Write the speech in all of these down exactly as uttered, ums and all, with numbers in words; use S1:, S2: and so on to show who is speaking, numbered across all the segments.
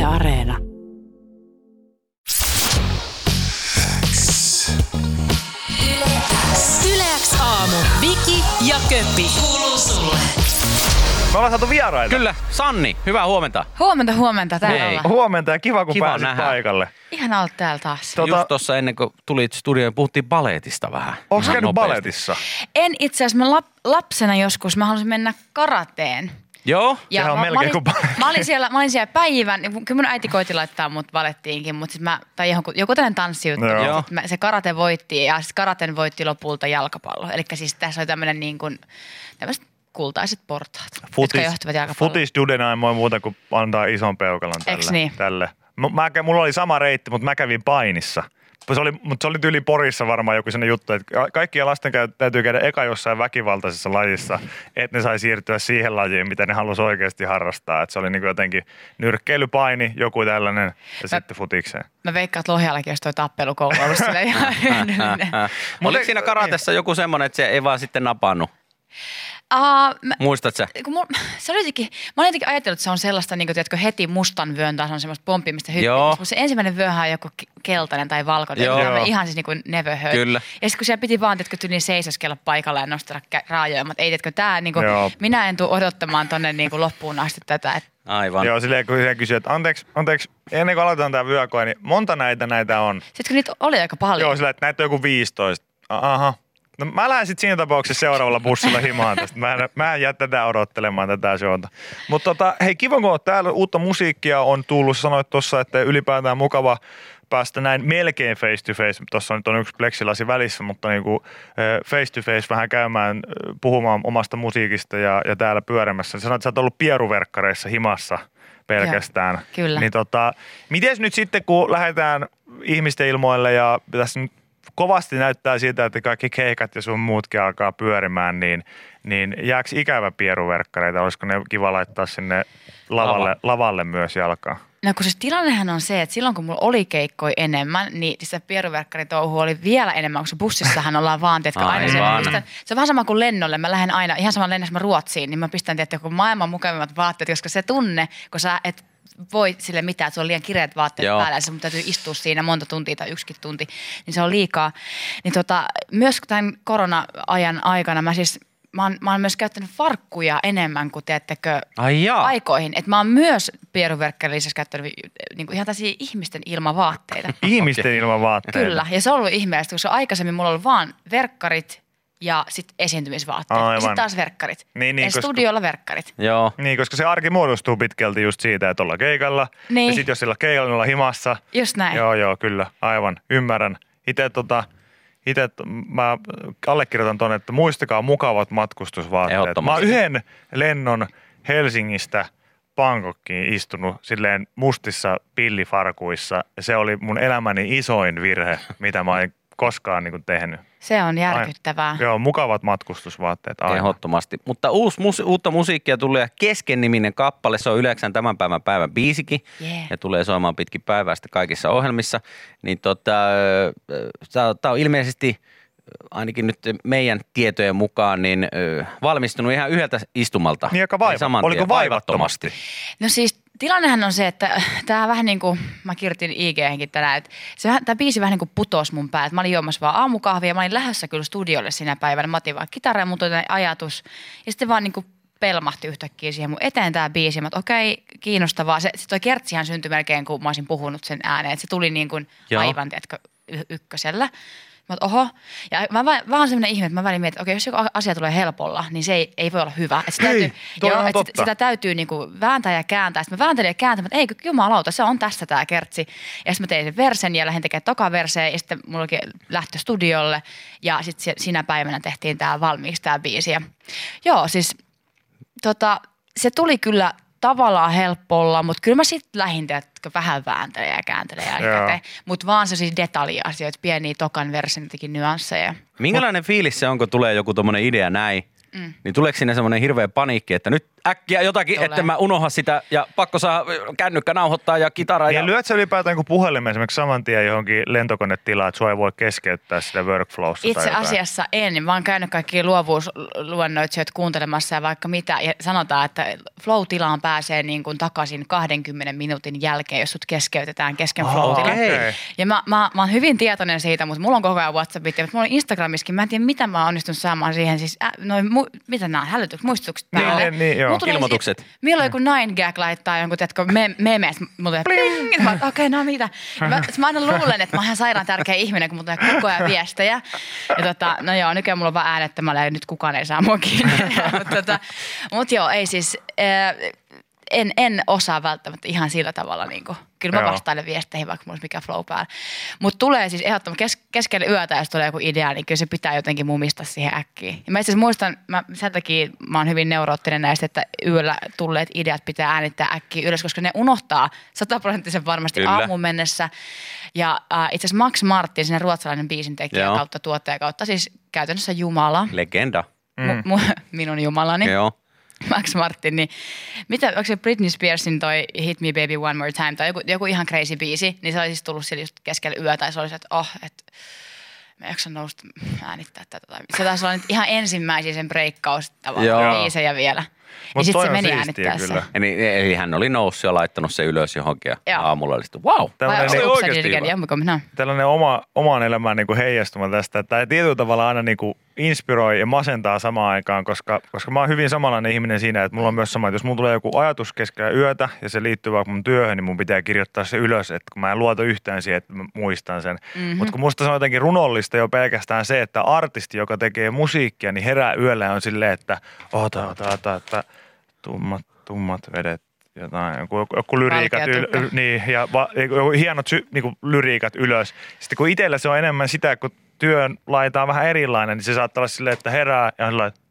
S1: Yle Areena. Yle X aamu. Viki ja Köppi. Kuuluu sulle.
S2: Me ollaan saatu vieraita.
S3: Kyllä, Sanni, hyvää huomenta.
S4: Huomenta, huomenta. Täällä
S3: Hei.
S4: ollaan.
S2: Huomenta ja kiva, kun
S3: Kiva
S2: pääsit
S3: nähdä.
S2: paikalle.
S4: Ihan olet täällä taas.
S2: Tota-
S3: Just tuossa ennen kuin tulit studioon, puhuttiin baletista vähän.
S2: Onko
S3: Ihan
S2: käynyt
S3: nopeasti.
S2: baletissa?
S4: En itse asiassa, mä lap, lapsena joskus, mä halusin mennä karateen.
S3: Joo?
S2: Sehän on
S4: mä,
S2: melkein
S4: mä olin,
S2: kuin baletti.
S4: mä olin siellä, mä olin siellä päivän, kyllä mun äiti koiti laittaa mut balettiinkin, mutta sit mä, tai joku, joku tällainen tanssijuttu.
S2: Joo.
S3: Joo.
S4: Sit mä, se karate voitti ja sit karaten voitti lopulta jalkapallo. Eli siis tässä oli tämmönen niin kuin, tämmöiset kultaiset portaat, jotka johtuvat jalkapalloon.
S2: Futis Dudenheim muuta kuin antaa ison peukalon tälle.
S4: Eiks niin?
S2: tälle. Mä, mä, mulla oli sama reitti, mutta mä kävin painissa. Se oli, mutta se oli tyyli Porissa varmaan joku sellainen juttu, että kaikkien lasten käy, täytyy käydä eka jossain väkivaltaisessa lajissa, että ne sai siirtyä siihen lajiin, mitä ne halusi oikeasti harrastaa. Että se oli niin kuin jotenkin nyrkkeilypaini, joku tällainen ja mä, sitten futikseen.
S4: Mä veikkaan, että Lohjallakin olisi toi tappelukoulu ollut sillä ihan hyödyllinen.
S3: Oliko siinä karatessa joku semmoinen, että se ei vaan sitten napannut?
S4: Uh, mä,
S3: Muistat sä?
S4: kun mul, se oli jotenkin, mä olin jotenkin ajatellut, että se on sellaista, niin kuin, tiedätkö, heti mustan vyön taas on semmoista pomppimista
S3: Joo.
S4: hyppimistä. Se ensimmäinen vyöhän on joku keltainen tai valkoinen.
S3: Joo.
S4: Tämä ihan siis niin kuin never heard.
S3: Kyllä.
S4: Ja sitten kun siellä piti vaan, tiedätkö, tyyliin seisoskella paikalla ja nostella kä- raajoja, mutta ei, tiedätkö, tää, niin kuin, minä en tule odottamaan tonne niin kuin loppuun asti tätä. Et,
S3: Aivan.
S2: Joo, silleen kun se kysyy, että anteeksi, anteeksi, ennen kuin aloitetaan tämä vyökoe, niin monta näitä näitä on?
S4: sitten kun niitä oli aika paljon.
S2: Joo, silleen, että näitä on joku viisitoista. Aha. No mä lähden sitten siinä tapauksessa seuraavalla bussilla himaan tästä. Mä en, mä en jää tätä odottelemaan tätä showta. Mutta tota, hei, kiva kun oot täällä. Uutta musiikkia on tullut. Sanoit tuossa, että ylipäätään mukava päästä näin melkein face to face. Tuossa nyt on yksi pleksilasi välissä, mutta niinku face to face vähän käymään, puhumaan omasta musiikista ja, ja täällä pyörimässä. Sanoit, että sä oot ollut pieruverkkareissa himassa pelkästään.
S4: Joo, kyllä.
S2: Niin tota, mites nyt sitten, kun lähdetään ihmisten ilmoille ja tässä nyt kovasti näyttää siltä, että kaikki keikat ja sun muutkin alkaa pyörimään, niin, niin jääkö ikävä pieruverkkareita? Olisiko ne kiva laittaa sinne lavalle,
S3: Lava.
S2: lavalle myös jalkaan?
S4: No kun se tilannehan on se, että silloin kun mulla oli keikkoja enemmän, niin sitä pieruverkkaritouhua oli vielä enemmän, koska bussissahan ollaan vaan, tiedätkö, aina se,
S3: Aivan.
S4: pistän, se on vähän sama kuin lennolle. Mä lähden aina, ihan sama lennässä mä Ruotsiin, niin mä pistän, tiedätkö, joku maailman mukavimmat vaatteet, koska se tunne, kun sä et voi sille mitään, että sulla on liian kireät vaatteet
S3: Joo.
S4: päällä ja sun täytyy istua siinä monta tuntia tai yksikin tunti, niin se on liikaa. Niin tota, myös tämän korona-ajan aikana mä siis, mä oon, mä oon myös käyttänyt farkkuja enemmän kuin, tiedättekö,
S3: Ai jaa.
S4: aikoihin. Että mä oon myös pieruverkkarilisässä käyttänyt niin kuin ihan tällaisia ihmisten ilmavaatteita.
S2: Ihmisten ilman vaatteita.
S4: Kyllä, ja se on ollut ihmeellistä, koska aikaisemmin mulla on ollut vaan verkkarit ja sitten esiintymisvaatteet.
S2: Aivan.
S4: Ja sitten taas verkkarit.
S2: Niin, niin,
S4: ja
S2: koska-
S4: studiolla verkkarit.
S3: Joo.
S2: Niin, koska se arki muodostuu pitkälti just siitä, että ollaan keikalla.
S4: Niin.
S2: Ja sitten jos sillä keikalla, niin ollaan himassa.
S4: Just näin.
S2: Joo, joo, kyllä. Aivan. Ymmärrän. Itse tota, ite, mä allekirjoitan tuonne, että muistakaa mukavat matkustusvaatteet. Mä oon
S3: Ehdottomasti.
S2: yhden lennon Helsingistä Bangkokkiin istunut silleen mustissa pillifarkuissa. Ja se oli mun elämäni isoin virhe, mitä mä en koskaan niin kuin tehnyt.
S4: Se on järkyttävää.
S2: Joo, mukavat matkustusvaatteet. Aivan.
S3: Ehdottomasti. Mutta uusi, mus, uutta musiikkia tulee Kesken-niminen kappale. Se on Yleksän tämän päivän päivän biisikin.
S4: Yeah.
S3: Ja tulee soimaan pitkin päivää sitten kaikissa ohjelmissa. Niin tota, tämä on ilmeisesti ainakin nyt meidän tietojen mukaan niin ö, valmistunut ihan yhdeltä istumalta.
S2: Niin aika vaiva-
S3: Ei saman
S2: oliko
S3: tien,
S2: vaivattomasti?
S4: No siis tilannehan on se, että tämä vähän niin kuin, mä kirjoitin I G:henkin tänään, että tämä biisi vähän niin kuin putosi mun päältä. Mä olin juomassa vaan aamukahvia ja mä olin lähdössä kyllä studiolle siinä päivänä. Mä otin vaan kitara ja mun tuli ajatus ja sitten vaan niin kuin pelmahti yhtäkkiä siihen mun eteen tämä biisi. Mä okei, kiinnostavaa. Se, se toi kertsihän syntyi melkein, kun mä olisin puhunut sen ääneen. Että se tuli niin kuin
S3: Joo.
S4: aivan, tiedätkö, y- ykkösellä. Mä oot, oho. Ja mä vaan, vaan semmoinen ihme, että mä välin mietin, että okei, jos joku asia tulee helpolla, niin se ei, ei voi olla hyvä. Että sitä
S2: Hei,
S4: täytyy,
S2: toi on
S4: joo, että
S2: totta.
S4: sitä, sitä täytyy niinku vääntää ja kääntää. Sitten mä vääntelin ja kääntämään, että ei jumalauta, se on tässä tää kertsi. Ja sitten mä tein sen versen ja lähdin tekemään toka verseen ja sitten mulla oli lähtö studiolle. Ja sitten sinä päivänä tehtiin tää valmiiksi tää biisi. Ja joo, siis tota, se tuli kyllä tavallaan helpolla, mutta kyllä mä sitten lähdin, teetkö, vähän vääntelee ja kääntelee jälkikäteen. Mutta vaan se siis detaljiasioita, pieniä tokan version jotenkin nyansseja.
S3: Minkälainen fiilis se on, kun tulee joku tommonen idea näin? Mm. Niin tuleeko sinne semmoinen hirveä paniikki, että nyt äkkiä jotakin,
S4: Tulee.
S3: että mä unohda sitä ja pakko saa kännykkä nauhoittaa ja kitara.
S2: Ja
S3: Ja
S2: lyöt sä ylipäätään kuin puhelimen esimerkiksi saman tien johonkin lentokonetilaan, että sua ei voi keskeyttää sitä workflowssa
S4: Itse
S2: tai jotain?
S4: asiassa en. Mä oon käynyt kaikki luovuusluennoitsijoita kuuntelemassa ja vaikka mitä. Ja sanotaan, että flow-tilaan pääsee niin kuin takaisin kahdenkymmenen minuutin jälkeen, jos sut keskeytetään kesken flow-tilan.
S2: okei.
S4: Ja mä, mä, mä oon hyvin tietoinen siitä, mutta mulla on koko ajan WhatsAppit ja mulla on Instagramiskin. Mä en tiedä, mitä mä oon onnistunut saamaan siihen. Siis, äh, noin, mu, mitä nämä on? Hälytykset, muistutukset
S2: Niin,
S4: päälle.
S2: niin, niin, joo.
S4: Mulla tulee
S3: Ilmoitukset.
S4: si- Milloin joku nine gag laittaa jonkun, tiedätkö, me- memes, mulla tulee pling. Mä okei, okay, no mitä. Mä, mä aina luulen, että mä oon ihan sairaan tärkeä ihminen, kun mulla tulee koko ajan viestejä. Ja tota, no joo, nykyään mulla on vaan äänettömällä ja nyt kukaan ei saa mua kiinni. Mutta tota, mut joo, ei siis, äh, en, en osaa välttämättä ihan sillä tavalla. Niin kuin. Kyllä mä
S2: Joo.
S4: vastailen viesteihin, vaikka mulla olisi mikä flow päällä. Mutta tulee siis ehdottomasti kes- keskelle yötä, jos tulee joku idea, niin kyllä se pitää jotenkin mumista siihen äkkiin. Ja mä itse asiassa muistan, mä, sen takia mä oon hyvin neuroottinen näistä, että yöllä tulleet ideat pitää äänittää äkkiä ylös, koska ne unohtaa sataprosenttisen varmasti
S3: Kyllä.
S4: aamun mennessä. Ja äh, itse asiassa Max Martin, sinne ruotsalainen biisintekijä
S3: Joo.
S4: kautta tuottaja kautta, siis käytännössä Jumala,
S3: legenda.
S4: mu, mu, minun Jumalani.
S3: Joo.
S4: Max Martin, niin mitä, onko se Britney Spearsin toi Hit Me Baby One More Time tai joku, joku ihan crazy biisi, niin se oli siis tullut sille just keskellä yötä ja se oli se, että oh, että mä jaksan nousta äänittää tätä. Tai se taisi olla nyt ihan ensimmäisiä sen breikkaus tavallaan biisejä vielä.
S2: Mut
S4: Ja sitten
S2: toi
S4: se
S2: on
S4: meni
S2: siistiä
S4: äänittää
S2: kyllä.
S4: se.
S3: Eli, eli hän oli noussut ja laittanut se ylös johonkin ja
S4: Joo.
S3: aamulla oli sitten, wow,
S4: Vai
S2: Tällainen
S3: se
S4: onko
S3: oli
S4: se
S3: oikeasti
S4: Again?
S3: hyvä.
S4: Jommanko minä?
S2: Tällainen oma, omaan elämään niin kuin heijastuma tästä, että tämä tietyllä tavalla aina niin kuin inspiroi ja masentaa samaan aikaan, koska, koska mä oon hyvin samanlainen ihminen siinä, että mulla on myös sama, että jos mulla tulee joku ajatus keskellä yötä ja se liittyy vaikka mun työhön, niin mun pitää kirjoittaa se ylös, että kun mä en luota yhtään siihen, että mä muistan sen. Mm-hmm. Mutta kun musta se on jotenkin runollista jo pelkästään se, että artisti, joka tekee musiikkia, niin herää yöllä ja on silleen, että oota, oota, oota, että tummat, tummat vedet. Jotain, joku, joku lyriikat, yl, niin, ja va, joku hienot sy, niin lyriikat ylös. Sitten kun itsellä se on enemmän sitä, kun työn laita on vähän erilainen, niin se saattaa olla silleen, että herää ja on sellainen,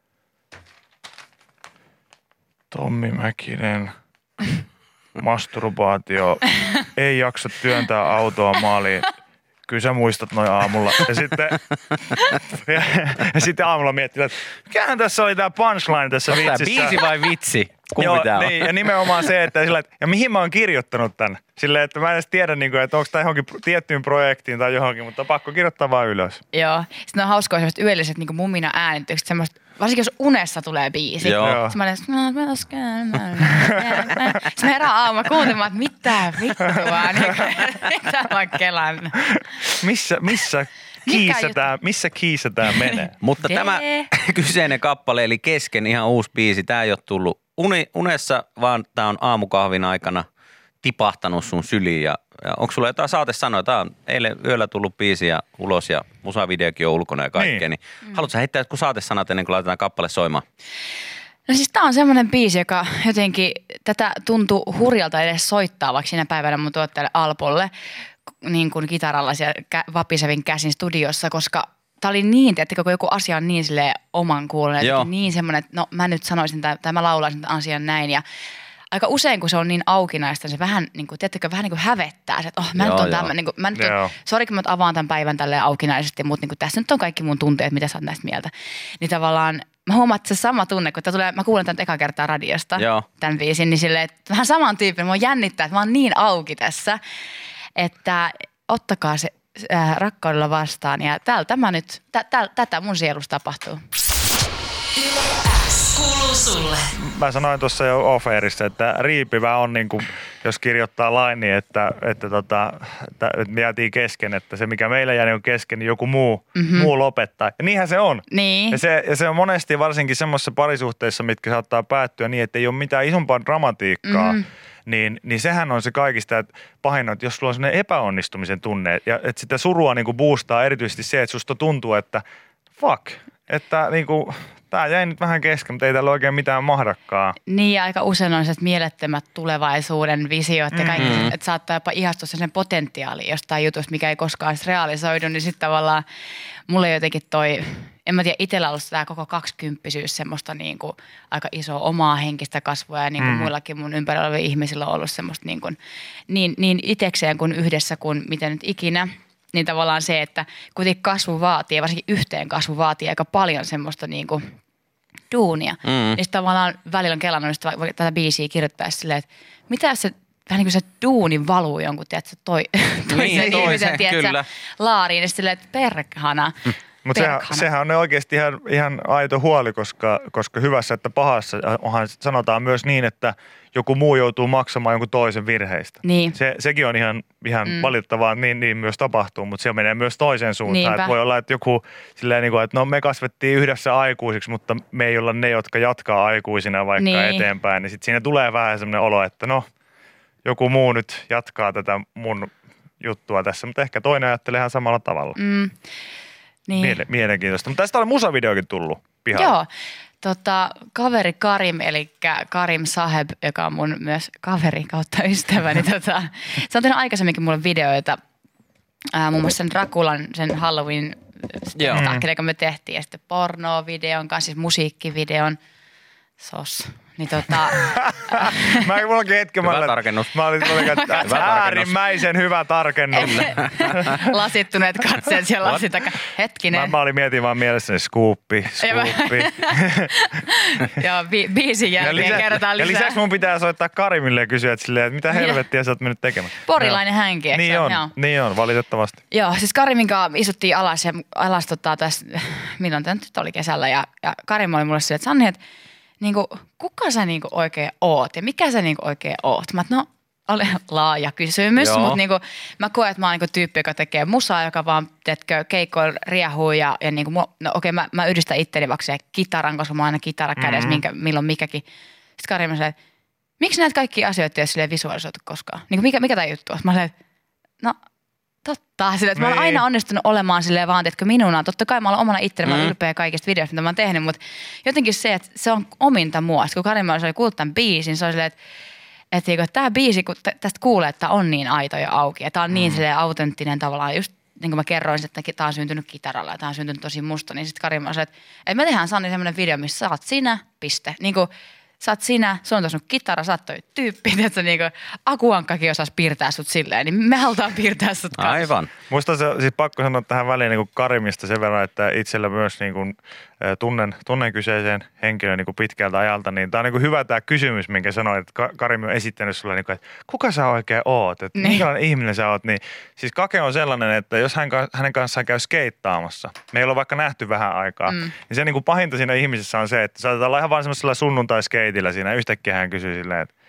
S2: Tommi Mäkinen, masturbaatio, ei jaksa työntää autoa maaliin. Kyllä sä muistat noin aamulla. Ja sitten, ja, ja sitten aamulla miettii, että mikähän tässä oli tää punchline tässä
S3: Onko tää
S2: vitsissä.
S3: biisi vai vitsi? Kumpi
S2: Joo,
S3: tää on?
S2: niin, ja nimenomaan se, että, sillä, että ja mihin mä oon kirjoittanut tän. Silleen, että mä en edes tiedä, niin kuin, että onko tämä johonkin tiettyyn projektiin tai johonkin, mutta pakko kirjoittaa vaan ylös.
S4: Joo. Sitten on hauskoja sellaiset yölliset niin mumina äänitykset, semmoista, varsinkin jos unessa tulee biisi.
S3: Joo.
S2: Joo.
S4: Sitten mä olen, sitten mä herään aamulla kuuntelemaan, että mitä vittua, niin kuin, mitä mä kelan.
S2: Missä, missä kiissä tää, missä kiissä tää menee?
S3: Mutta
S4: Dee.
S3: tämä kyseinen kappale, eli kesken ihan uusi biisi, tämä ei ole tullut uni, unessa, vaan tämä on aamukahvin aikana tipahtanut sun syliin. Ja, ja onko sulla jotain saatesanoja? Tämä on eilen yöllä tullut biisi ja ulos ja musavideokin on ulkona ja kaikkea. Niin. Niin haluatko sä heittää jotkut saatesanat ennen kuin laitetaan kappale soimaan?
S4: No siis tää on semmoinen biisi, joka jotenkin tätä tuntuu hurjalta edes soittaa, vaikka siinä päivänä mun tuottajalle Alpolle niin kuin kitaralla siellä kä- vapisevin käsin studiossa, koska tää oli niin, tiedättekö, kun joku asia on niin silleen oman kuulonen, niin semmoinen, että no mä nyt sanoisin tai, tai mä laulaisin tämän asian näin ja aika usein, kun se on niin aukinaista, se vähän, niin kuin, tiedättekö, vähän niin kuin hävettää. Se, että oh, mä
S3: Joo,
S4: nyt on
S3: joo.
S4: tämmöinen, niin kuin, mä nyt on,
S2: Joo.
S4: sori, kun mä nyt avaan tämän päivän tälleen aukinaisesti, mutta niin kuin, tässä nyt on kaikki mun tunteet, mitä sä oot näistä mieltä. Niin tavallaan mä huomaan, että se sama tunne, kun tää tulee, mä kuulen tämän eka kertaa radiosta,
S3: Joo.
S4: tämän biisin, niin silleen, että vähän saman tyyppinen, mua jännittää, että mä oon niin auki tässä, että ottakaa se äh, rakkaudella vastaan ja täällä tämä nyt, tä, tä, tätä mun sielussa tapahtuu.
S1: X kuuluu sulle.
S2: Mä sanoin tuossa jo off-airissa, että riipivä on niin kuin, jos kirjoittaa laini, että, että, tota, että, että me jäätiin kesken, että se mikä meillä jäi on kesken, niin joku muu, mm-hmm. muu lopettaa. Ja niinhän se on.
S4: Niin.
S2: Ja se, ja se on monesti varsinkin semmoisessa parisuhteessa, mitkä saattaa päättyä niin, että ei ole mitään isompaa dramatiikkaa. Mm-hmm. Niin, niin sehän on se kaikista pahin, että jos sulla on sellainen epäonnistumisen tunne, ja että sitä surua niin kuin boostaa erityisesti se, että susta tuntuu, että fuck, että niin kuin, tää jäi nyt vähän kesken, mutta ei täällä oikein mitään mahdakaan.
S4: Niin ja aika usein on sellaiset mielettömät tulevaisuuden visiot ja kaikki, mm-hmm. että saattaa jopa ihastua sen potentiaaliin jostain jutusta, mikä ei koskaan edes realisoidu, niin sitten tavallaan mulle jotenkin toi, en mä tiedä, itsellä ollut tämä koko kaksikymppisyys semmoista niin kuin aika isoa omaa henkistä kasvua ja niin kuin mm. muillakin mun ympärillä olevilla ihmisillä on ollut semmoista niin, kuin, niin, niin itekseen kuin yhdessä kuin miten nyt ikinä. Niin tavallaan se, että kuitenkin kasvu vaatii ja varsinkin yhteen kasvu vaatii aika paljon semmoista niin kuin duunia.
S3: Mm.
S4: Niin sitten tavallaan välillä on kelannut sitä, tätä biisiä kirjoittaessa silleen, että mitä se vähän niin kuin se duuni valuu jonkun, tiedätkö, toi, toisen
S3: Niin,
S4: ihmisen,
S3: toisen,
S4: tiedätkö,
S3: kyllä.
S4: laariin. Ja silleen, että perhana.
S2: Mutta sehän, sehän on oikeasti ihan, ihan aito huoli, koska, koska hyvässä että pahassa onhan sanotaan myös niin, että joku muu joutuu maksamaan jonkun toisen virheistä.
S4: Niin.
S2: Se, sekin on ihan, ihan
S4: Mm.
S2: valitettavaa, että niin, niin myös tapahtuu, mutta se menee myös toiseen suuntaan.
S4: Niinpä.
S2: Että voi olla, että joku silleen niin kuin, että no me kasvettiin yhdessä aikuisiksi, mutta me ei olla ne, jotka jatkaa aikuisina vaikka
S4: Niin.
S2: eteenpäin. Niin sitten siinä tulee vähän semmoinen olo, että no joku muu nyt jatkaa tätä mun juttua tässä, mutta ehkä toinen ajattelee ihan samalla tavalla.
S4: Mm. Niin.
S2: Miele- mielenkiintoista. Mutta tästä oli musavideokin tullut pihalle.
S4: Joo. Tota, kaveri Karim, eli Karim Saheb, joka on mun myös kaveri kautta ystäväni. tota, se on tehnyt aikaisemminkin mulle videoita, ää, muun muassa sen Draculan, sen Halloween
S3: Joo.
S4: spektaakkelin, joka me tehtiin, ja sitten porno-videon kanssa, siis musiikkivideon, sos. Niin tota,
S2: Mä mullakin hetken, mä
S3: Hyvä
S2: olin,
S3: tarkennus.
S2: mä olin, mä olin että
S3: tarkennus.
S2: äärimmäisen hyvä tarkennus.
S4: lasittuneet katseet siellä lasin takaa.
S2: Mä,
S4: Hetkinen.
S2: mä olin mietin vaan mielessäni skuuppi, skuuppi.
S4: Joo, bi- biisin
S2: Ja,
S4: jälkeen
S2: lisä,
S4: kerrotaan
S2: ja
S4: lisää.
S2: lisäksi mun pitää soittaa Karimille ja kysyä, että, silleen, että mitä helvettiä sä oot mennyt tekemään.
S4: Porilainen hänki, eikö
S2: Niin
S4: se?
S2: on,
S4: Joo.
S2: niin on, valitettavasti.
S4: Joo, siis Karimin kanssa istuttiin alas ja alas tota tässä, milloin tämä nyt oli kesällä ja, ja Karim oli mulle silleen, että Sanni, että niinku, kuka sä niinku oikein oot ja mikä sä niinku oikein oot? Mä oot, no oli laaja kysymys,
S3: Joo.
S4: mutta niinku, mä koen, että mä oon niinku tyyppi, joka tekee musaa, joka vaan teetkö, keikkoilla riehuu ja, ja niinku, mua- no okei, mä, mä yhdistän itteni vaikka se kitaran, koska mä oon aina kitara kädessä,
S2: Mhm.
S4: minkä, milloin mikäkin. Sitten Karim on silleen, että miksi näitä kaikkia asioita ei ole silleen visualisoitu koskaan? Niinku, mikä, mikä tämä juttu on? Mä olin, no totta. Silleen, että mä oon
S2: Niin.
S4: aina onnistunut olemaan silleen vaan, tiedätkö, minuna. Totta kai mä olen omana itsenä, mä oon
S3: Mm.
S4: ylpeä kaikista videoista, mitä mä oon tehnyt, mutta jotenkin se, että se on ominta mua. Sitten kun Karin oli kuullut tämän biisin, se oli silleen, että että että tämä biisi, kun tä- tästä kuulee, että tää on niin aito ja auki. Ja tämä on niin silleen autenttinen tavallaan, just niin kuin mä kerroin, että tämä on syntynyt kitaralla ja tämä on syntynyt tosi musta. Niin sitten Karin oli, että, että me tehdään Sanni semmoinen video, missä sä oot sinä, piste. Niin kuin sä oot sinä, sulla on tuossa kitara, sä oot toi tyyppi, että niin kuin Akuankkakin osaisi piirtää sut silleen, niin me halutaan piirtää sut kanssa.
S3: Aivan.
S2: Musta se siis pakko sanoa tähän väliin niin kuin Karimista sen verran, että itsellä myös niin kuin, äh, tunnen, tunnen kyseiseen henkilön niin kuin pitkältä ajalta, niin tämä on niin kuin hyvä tämä kysymys, minkä sanoit, että Ka- Karim on esittänyt sulle, niin kuin, että kuka sä oikein oot, että
S4: Niin.
S2: minkälainen ihminen sä oot, niin siis Kake on sellainen, että jos hän, ka- hänen kanssaan käy skeittaamassa, meillä on vaikka nähty vähän aikaa, mm. niin se niin kuin pahinta siinä ihmisessä on se, että saatetaan olla ihan vaan semmoisella sunnuntai-skeitillä siinä, yhtäkkiä hän kysyy silleen, että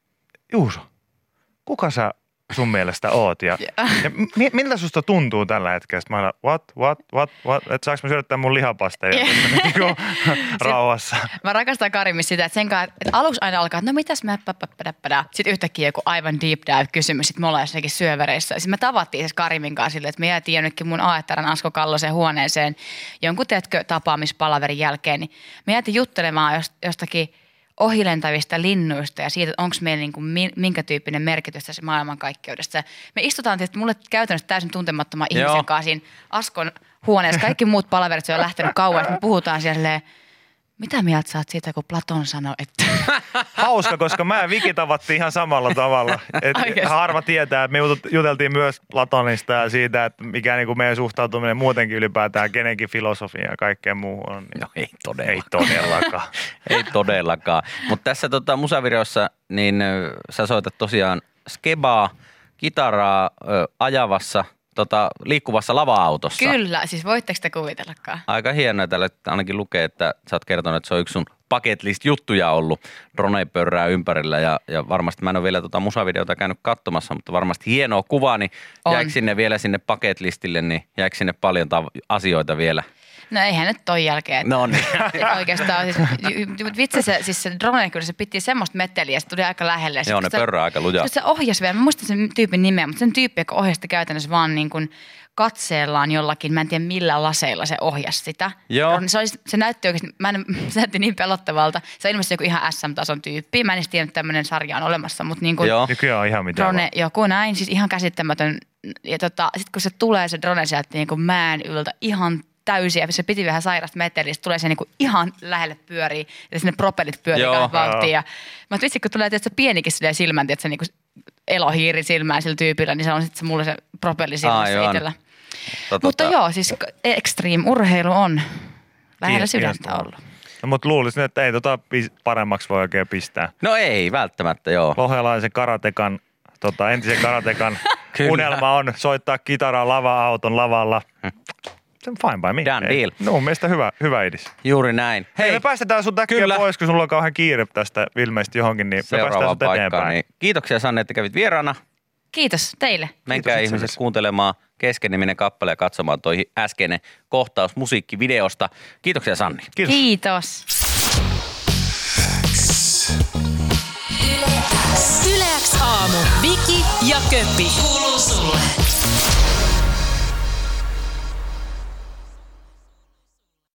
S2: Juuso, kuka sä sun mielestä oot ja, ja mi- miltä susta tuntuu tällä hetkellä? Sitten mä olen, what, what, what, what, että saanko mä syödä mun lihapasteja yeah. rauhassa?
S4: Mä rakastan Karimissa sitä, että sen kanssa, että aluksi aina alkaa, että no mitäs mä päpäpäpäpädä. Sitten yhtäkkiä joku aivan deep dive kysymys, sitten me ollaan jossakin syövereissä. Sitten me tavattiin siis Karimin kanssa silleen, että me jäätiin jonnekin mun Aettaran Asko Kallosen huoneeseen jonkun, teetkö, tapaamispalaverin jälkeen. Niin me jäätiin juttelemaan jostakin ohilentävistä linnuista ja siitä, että onko meillä niin kuin minkä tyyppinen merkitys tässä maailmankaikkeudessa. Me istutaan tietysti mulle käytännössä täysin tuntemattoman
S3: Joo.
S4: ihmisen kanssa siinä Askon huoneessa. Kaikki muut palaverit on jo lähtenyt kauan. Me puhutaan siellä silleen, mitä mieltä sä oot siitä, kun Platon sanoi, että...
S2: Hauska, koska mä ja Viki tavattiin ihan samalla tavalla. Et
S4: Oikeesti?
S2: harva tietää, että me jutut- juteltiin myös Platonista ja siitä, että mikä niin kuin meidän suhtautuminen muutenkin ylipäätään kenenkin filosofiaan ja kaikkeen muuhun on. Niin
S3: No ei todellakaan.
S2: ei todellakaan.
S3: Ei todellakaan. Mutta tässä tota, musavideossa, niin ö, sä soitat tosiaan skebaa, kitaraa ö, ajavassa, tota, liikkuvassa lava-autossa.
S4: Kyllä, siis voitteko te kuvitellakaan?
S3: Aika hienoa, täällä ainakin lukee, että sä oot kertonut, että se on yksi sun bucket list juttuja ollut. Drone pörrää ympärillä ja, ja varmasti mä en ole vielä tota musavideota käynyt katsomassa, mutta varmasti hienoa kuvaa, niin
S4: On.
S3: jääkö sinne vielä sinne bucket listille, niin jääkö sinne paljon tav- asioita vielä?
S4: No eihän nyt toi jälkeen.
S3: No niin.
S4: Et oikeastaan siis, mutta vitsi se, siis se drone kyllä se piti semmoista meteliä, se tuli aika lähelle.
S3: Joo, ne
S4: Sitten se-
S3: pörrää aika lujaa.
S4: sitten se ohjasi vielä, mä muistan sen tyypin nimeä, mutta sen tyyppi, joka ohjasi sitä käytännössä vaan niin kuin katseellaan jollakin, mä en tiedä millä laseilla se ohjasi sitä.
S3: Joo.
S4: Se, olisi, se näytti oikeasti, mä en, se näytti niin pelottavalta. Se on ilmeisesti joku ihan S M-tason tyyppi. Mä en edes tiedä, että tämmöinen sarja on olemassa, mutta niin kuin
S3: Joo.
S2: Nykyään on ihan mitä
S4: drone,
S2: vaan.
S4: joku näin, siis ihan käsittämätön. Ja tota, sitten kun se tulee se drone sieltä niin kuin mään yltä ihan täysiä, se piti vähän sairasta meteliä, tulee se niinku ihan lähelle pyörii, ja sinne propellit pyörii
S3: Joo.
S4: kahden vauhtiin. Ja mä oon, vitsi, kun tulee tietysti pienikin silleen silmän, tietysti niinku elohiiri silmään sillä tyypillä, niin se on sitten se mulle se propelli silmässä
S3: Aivan.
S4: itsellä.
S3: Tota,
S4: Mutta joo, siis extreme urheilu on lähellä
S2: Kiin-
S4: sydäntä
S2: kiinnostavaa.
S4: ollut.
S2: No, mutta luulisin, että ei tota paremmaksi voi oikein pistää.
S3: No ei välttämättä, joo.
S2: Lohjalaisen karatekan, tota, entisen karatekan unelma on soittaa kitaraa lava-auton lavalla. Se on fine by me.
S3: Done deal.
S2: No, mun mielestä hyvä, hyvä idis.
S3: Juuri näin.
S2: Hei, me päästetään sun täkkiä
S3: kyllä.
S2: pois, kun sulla on kauhean kiire tästä ilmeisesti johonkin, niin me päästään
S3: Seuraavaan
S2: sut
S3: paikkaan.
S2: eteenpäin.
S3: Niin. Kiitoksia Sanne, että kävit vieraana.
S4: Kiitos teille.
S3: Menkää
S2: Kiitos
S3: ihmiset
S2: itsellesi.
S3: kuuntelemaan Kesken-niminen kappale ja katsomaan toi äskeinen kohtaus musiikkivideosta. Kiitoksia Sanni.
S2: Kiitos.
S4: Kiitos.
S1: Yle X aamu. Viki ja Köppi. Kuuluu sulle.